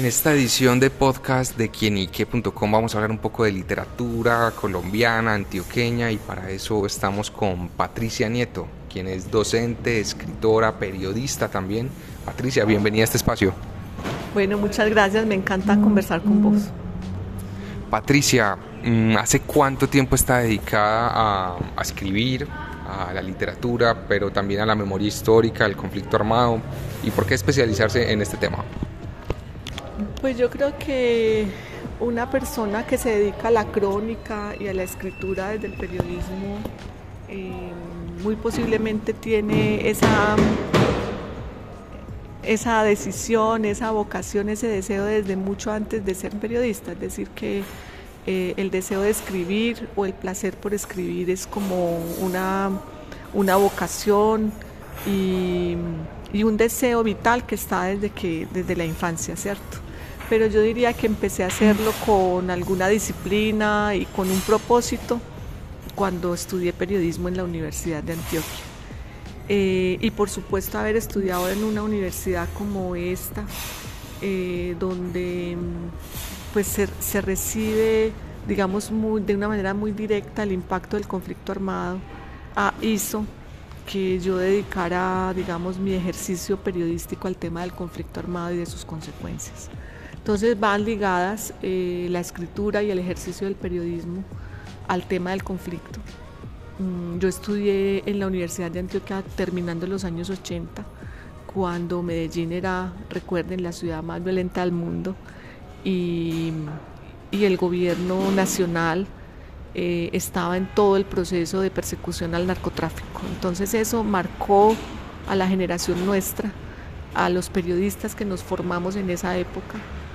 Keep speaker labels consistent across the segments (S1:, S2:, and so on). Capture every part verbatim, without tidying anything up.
S1: esta edición de podcast de quienique punto com vamos a hablar un poco de literatura colombiana, antioqueña, y para eso estamos con Patricia Nieto, quien es docente, escritora, periodista también. Patricia, bienvenida a este espacio.
S2: Bueno, muchas gracias, me encanta conversar con vos.
S1: Patricia, ¿hace cuánto tiempo está dedicada a, a escribir, a la literatura, pero también a la memoria histórica, al conflicto armado? ¿Y por qué especializarse en este tema?
S2: Pues yo creo que una persona que se dedica a la crónica y a la escritura desde el periodismo eh, muy posiblemente tiene esa, esa decisión, esa vocación, ese deseo desde mucho antes de ser periodista. Es decir, que eh, el deseo de escribir o el placer por escribir es como una, una vocación y, y un deseo vital que está desde, que, desde la infancia, ¿cierto? Pero yo diría que empecé a hacerlo con alguna disciplina y con un propósito cuando estudié periodismo en la Universidad de Antioquia. Eh, y por supuesto haber estudiado en una universidad como esta, eh, donde pues se, se recibe, digamos, muy, de una manera muy directa el impacto del conflicto armado, ah, hizo que yo dedicara, digamos, mi ejercicio periodístico al tema del conflicto armado y de sus consecuencias. Entonces van ligadas eh, la escritura y el ejercicio del periodismo al tema del conflicto. Mm, yo estudié en la Universidad de Antioquia terminando los años ochenta, cuando Medellín era, recuerden, la ciudad más violenta del mundo, y, y el gobierno nacional eh, estaba en todo el proceso de persecución al narcotráfico. Entonces eso marcó a la generación nuestra, a los periodistas que nos formamos en esa época,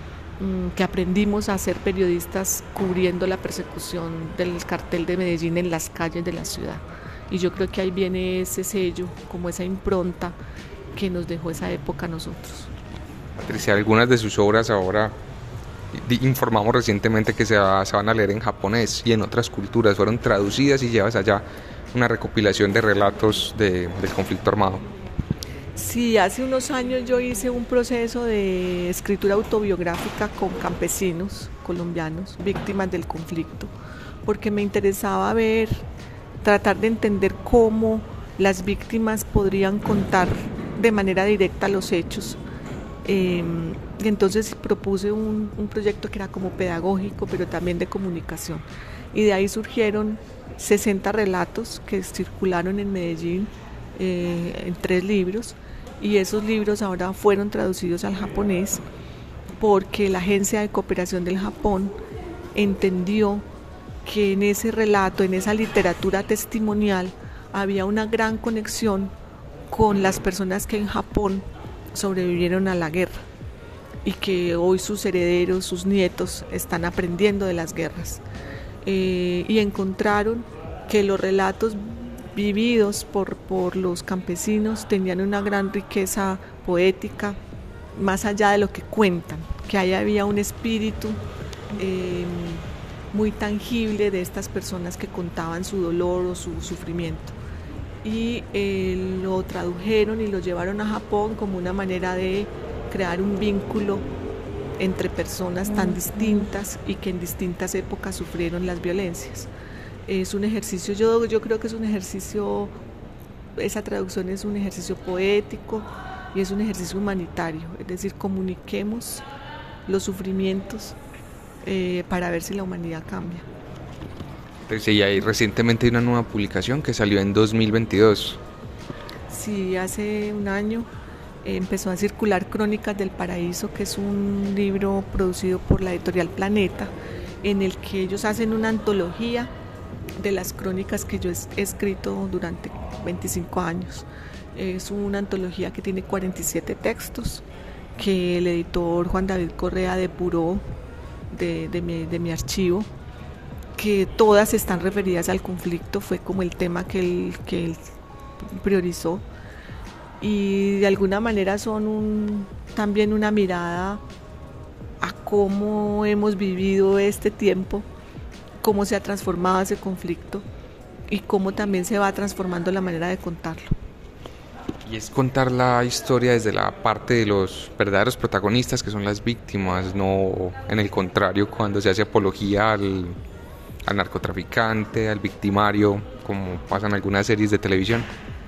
S2: que aprendimos a ser periodistas cubriendo la persecución del cartel de Medellín en las calles de la ciudad. Y yo creo que ahí viene ese sello, como esa impronta que nos dejó esa época a nosotros.
S1: Patricia, algunas de sus obras ahora, informamos recientemente que se, va, se van a leer en japonés y en otras culturas, fueron traducidas y llevas allá una recopilación de relatos de, del conflicto armado.
S2: Sí, hace unos años yo hice un proceso de escritura autobiográfica con campesinos colombianos, víctimas del conflicto, porque me interesaba ver, tratar de entender cómo las víctimas podrían contar de manera directa los hechos. Eh, y entonces propuse un, un proyecto que era como pedagógico, pero también de comunicación. Y de ahí surgieron sesenta relatos que circularon en Medellín, eh, en tres libros. Y esos libros ahora fueron traducidos al japonés porque la Agencia de Cooperación del Japón entendió que en ese relato, en esa literatura testimonial, había una gran conexión con las personas que en Japón sobrevivieron a la guerra y que hoy sus herederos, sus nietos, están aprendiendo de las guerras. Eh, y encontraron que los relatos vividos por, por los campesinos tenían una gran riqueza poética, más allá de lo que cuentan, que ahí había un espíritu eh, muy tangible de estas personas que contaban su dolor o su sufrimiento. Y eh, lo tradujeron y lo llevaron a Japón como una manera de crear un vínculo entre personas tan distintas y que en distintas épocas sufrieron las violencias. Es un ejercicio, yo, yo creo que es un ejercicio, esa traducción es un ejercicio poético y es un ejercicio humanitario, es decir, comuniquemos los sufrimientos eh, para ver si la humanidad cambia.
S1: Sí, y hay recientemente una nueva publicación que salió en dos mil veintidós.
S2: Sí, hace un año eh, empezó a circular Crónicas del Paraíso, que es un libro producido por la editorial Planeta, en el que ellos hacen una antología de las crónicas que yo he escrito durante veinticinco años. Es una antología que tiene cuarenta y siete textos que el editor Juan David Correa depuró de, de, mi, de mi archivo, que todas están referidas al conflicto, fue como el tema que él, que él priorizó, y de alguna manera son un, también una mirada a cómo hemos vivido este tiempo, cómo se ha transformado ese conflicto y cómo también se va transformando la manera de contarlo.
S1: Y es contar la historia desde la parte de los verdaderos protagonistas, que son las víctimas, no en el contrario cuando se hace apología al, al narcotraficante, al victimario, como pasa en algunas series de televisión.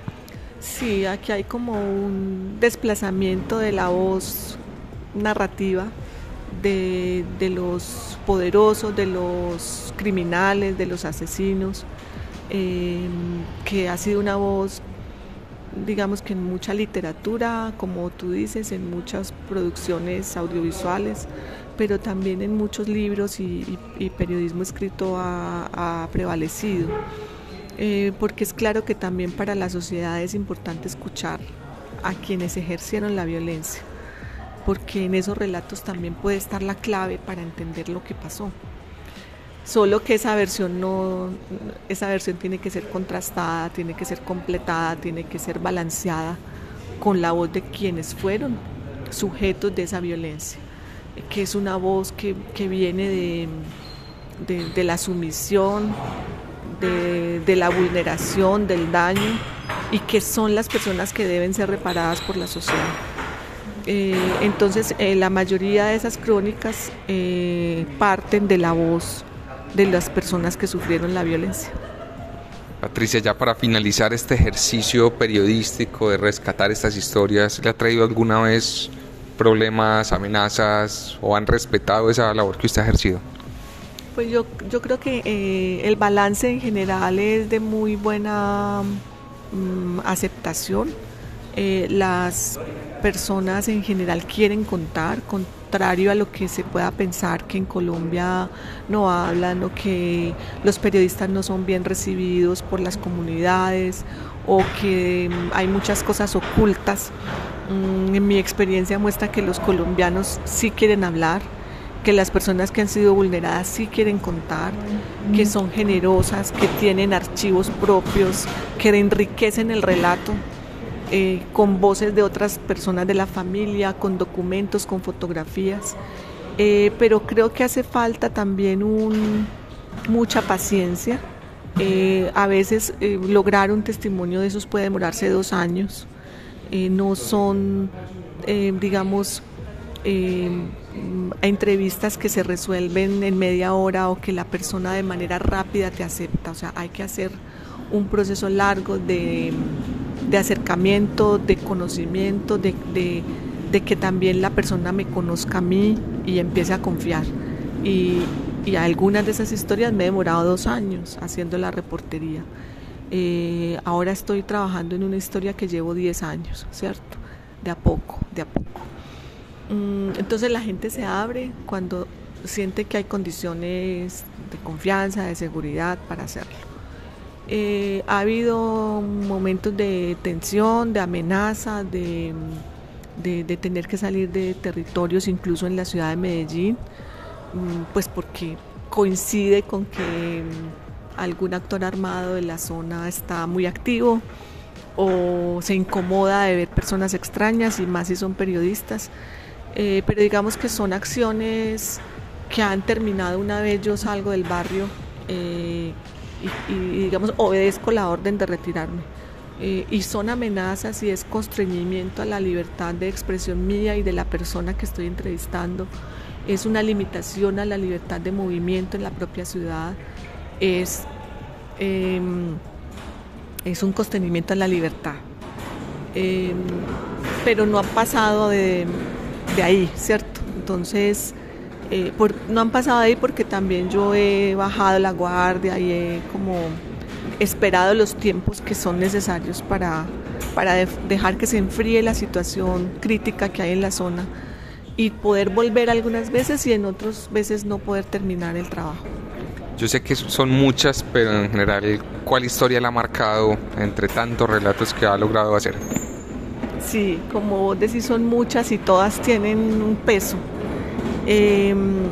S2: Sí, aquí hay como un desplazamiento de la voz narrativa de, de los poderosos, de los criminales, de los asesinos, eh, que ha sido una voz, digamos que en mucha literatura, como tú dices, en muchas producciones audiovisuales, pero también en muchos libros y, y, y periodismo escrito ha, ha prevalecido. Eh, porque es claro que también para la sociedad es importante escuchar a quienes ejercieron la violencia, porque en esos relatos también puede estar la clave para entender lo que pasó. Solo que esa versión no, esa versión tiene que ser contrastada, tiene que ser completada, tiene que ser balanceada con la voz de quienes fueron sujetos de esa violencia, que es una voz que, que viene de, de, de la sumisión, de, de la vulneración, del daño, y que son las personas que deben ser reparadas por la sociedad. Eh, entonces, eh, la mayoría de esas crónicas eh, parten de la voz de las personas que sufrieron la violencia.
S1: Patricia, ya para finalizar este ejercicio periodístico de rescatar estas historias, ¿le ha traído alguna vez problemas, amenazas, o han respetado esa labor que usted ha ejercido?
S2: Pues yo, yo creo que eh, el balance en general es de muy buena mm, aceptación. Eh, las personas en general quieren contar, contrario a lo que se pueda pensar, que en Colombia no hablan o que los periodistas no son bien recibidos por las comunidades o que mm, hay muchas cosas ocultas. Mm, en mi experiencia muestra que los colombianos sí quieren hablar, que las personas que han sido vulneradas sí quieren contar, que son generosas, que tienen archivos propios, que enriquecen el relato eh, con voces de otras personas de la familia, con documentos, con fotografías. Eh, pero creo que hace falta también un, mucha paciencia. Eh, a veces eh, lograr un testimonio de esos puede demorarse dos años. Eh, no son, eh, digamos, Eh, entrevistas que se resuelven en media hora o que la persona de manera rápida te acepta. O sea, hay que hacer un proceso largo de, de acercamiento, de conocimiento, de, de, de que también la persona me conozca a mí y empiece a confiar. Y, y algunas de esas historias me he demorado dos años haciendo la reportería. Eh, ahora estoy trabajando en una historia que llevo diez años, ¿cierto? De a poco, de a poco. Entonces la gente se abre cuando siente que hay condiciones de confianza, de seguridad para hacerlo. Eh, ha habido momentos de tensión, de amenaza, de, de, de tener que salir de territorios, incluso en la ciudad de Medellín, pues porque coincide con que algún actor armado de la zona está muy activo o se incomoda de ver personas extrañas, y más si son periodistas. Eh, pero digamos que son acciones que han terminado una vez yo salgo del barrio eh, y, y digamos obedezco la orden de retirarme. Eh, y son amenazas y es constreñimiento a la libertad de expresión mía y de la persona que estoy entrevistando. Es una limitación a la libertad de movimiento en la propia ciudad. Es, eh, es un constreñimiento a la libertad. Eh, pero no ha pasado de... de ahí, ¿cierto? Entonces, eh, por, no han pasado de ahí porque también yo he bajado la guardia y he como esperado los tiempos que son necesarios para, para de, dejar que se enfríe la situación crítica que hay en la zona y poder volver algunas veces y en otras veces no poder terminar el trabajo.
S1: Yo sé que son muchas, pero en general, ¿cuál historia la ha marcado entre tantos relatos que ha logrado hacer?
S2: Sí, como vos decís, son muchas y todas tienen un peso. Eh,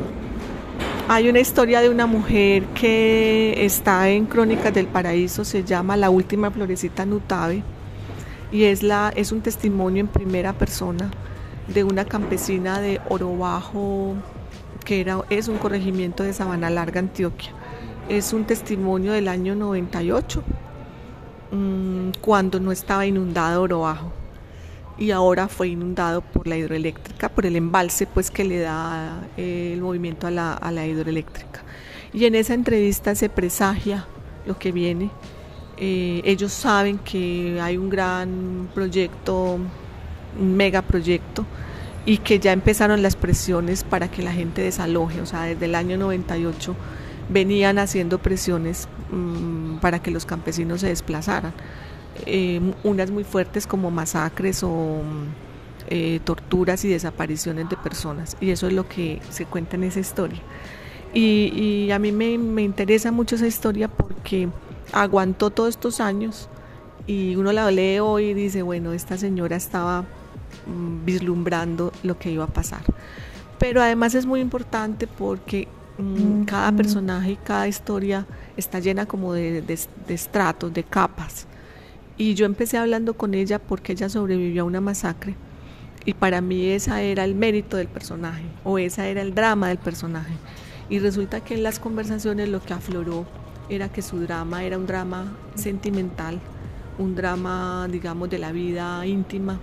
S2: hay una historia de una mujer que está en Crónicas del Paraíso, se llama La Última Florecita Nutabe, y es, la, es un testimonio en primera persona de una campesina de Oro Bajo, que era, es un corregimiento de Sabana Larga, Antioquia. Es un testimonio del año noventa y ocho. mmm, cuando no estaba inundado Oro Bajo, y ahora fue inundado por la hidroeléctrica, por el embalse pues que le da eh, el movimiento a la, a la hidroeléctrica. Y en esa entrevista se presagia lo que viene. Eh, ellos saben que hay un gran proyecto, un megaproyecto, y que ya empezaron las presiones para que la gente desaloje. O sea, desde el año noventa y ocho venían haciendo presiones mmm, para que los campesinos se desplazaran. Eh, unas muy fuertes como masacres o eh, torturas y desapariciones de personas, y eso es lo que se cuenta en esa historia. Y, y a mí me, me interesa mucho esa historia porque aguantó todos estos años, y uno la lee hoy y dice, bueno, esta señora estaba mm, vislumbrando lo que iba a pasar. Pero además es muy importante porque mm, cada personaje y cada historia está llena como de, de, de estratos, de capas. Y yo empecé hablando con ella porque ella sobrevivió a una masacre, y para mí esa era el mérito del personaje, o esa era el drama del personaje. Y resulta que en las conversaciones lo que afloró era que su drama era un drama sentimental, un drama, digamos, de la vida íntima,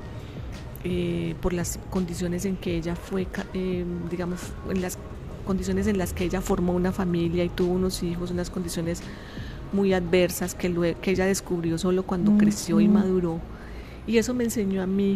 S2: eh, por las condiciones en que ella fue, eh, digamos, en las condiciones en las que ella formó una familia y tuvo unos hijos, unas condiciones muy adversas que, luego, que ella descubrió solo cuando creció y maduró. Y eso me enseñó a mí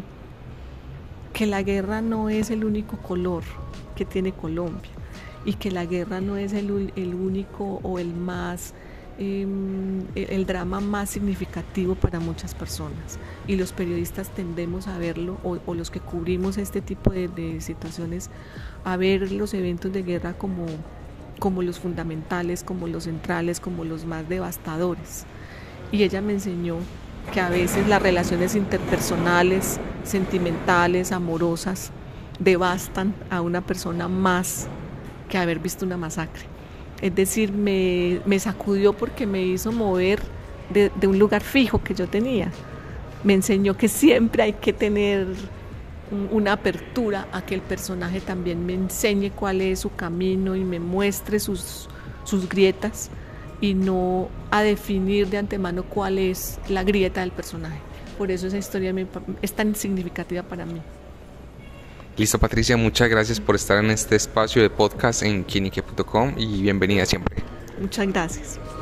S2: que la guerra no es el único color que tiene Colombia, y que la guerra no es el, el único o el más eh, el drama más significativo para muchas personas, y los periodistas tendemos a verlo, o, o los que cubrimos este tipo de, de situaciones, a ver los eventos de guerra como como los fundamentales, como los centrales, como los más devastadores. Y ella me enseñó que a veces las relaciones interpersonales, sentimentales, amorosas, devastan a una persona más que haber visto una masacre. Es decir, me, me sacudió porque me hizo mover de, de un lugar fijo que yo tenía. Me enseñó que siempre hay que tener una apertura a que el personaje también me enseñe cuál es su camino y me muestre sus, sus grietas, y no a definir de antemano cuál es la grieta del personaje. Por eso esa historia me, es tan significativa para mí.
S1: Listo, Patricia, muchas gracias por estar en este espacio de podcast en quién y qué punto com, y bienvenida siempre.
S2: Muchas gracias.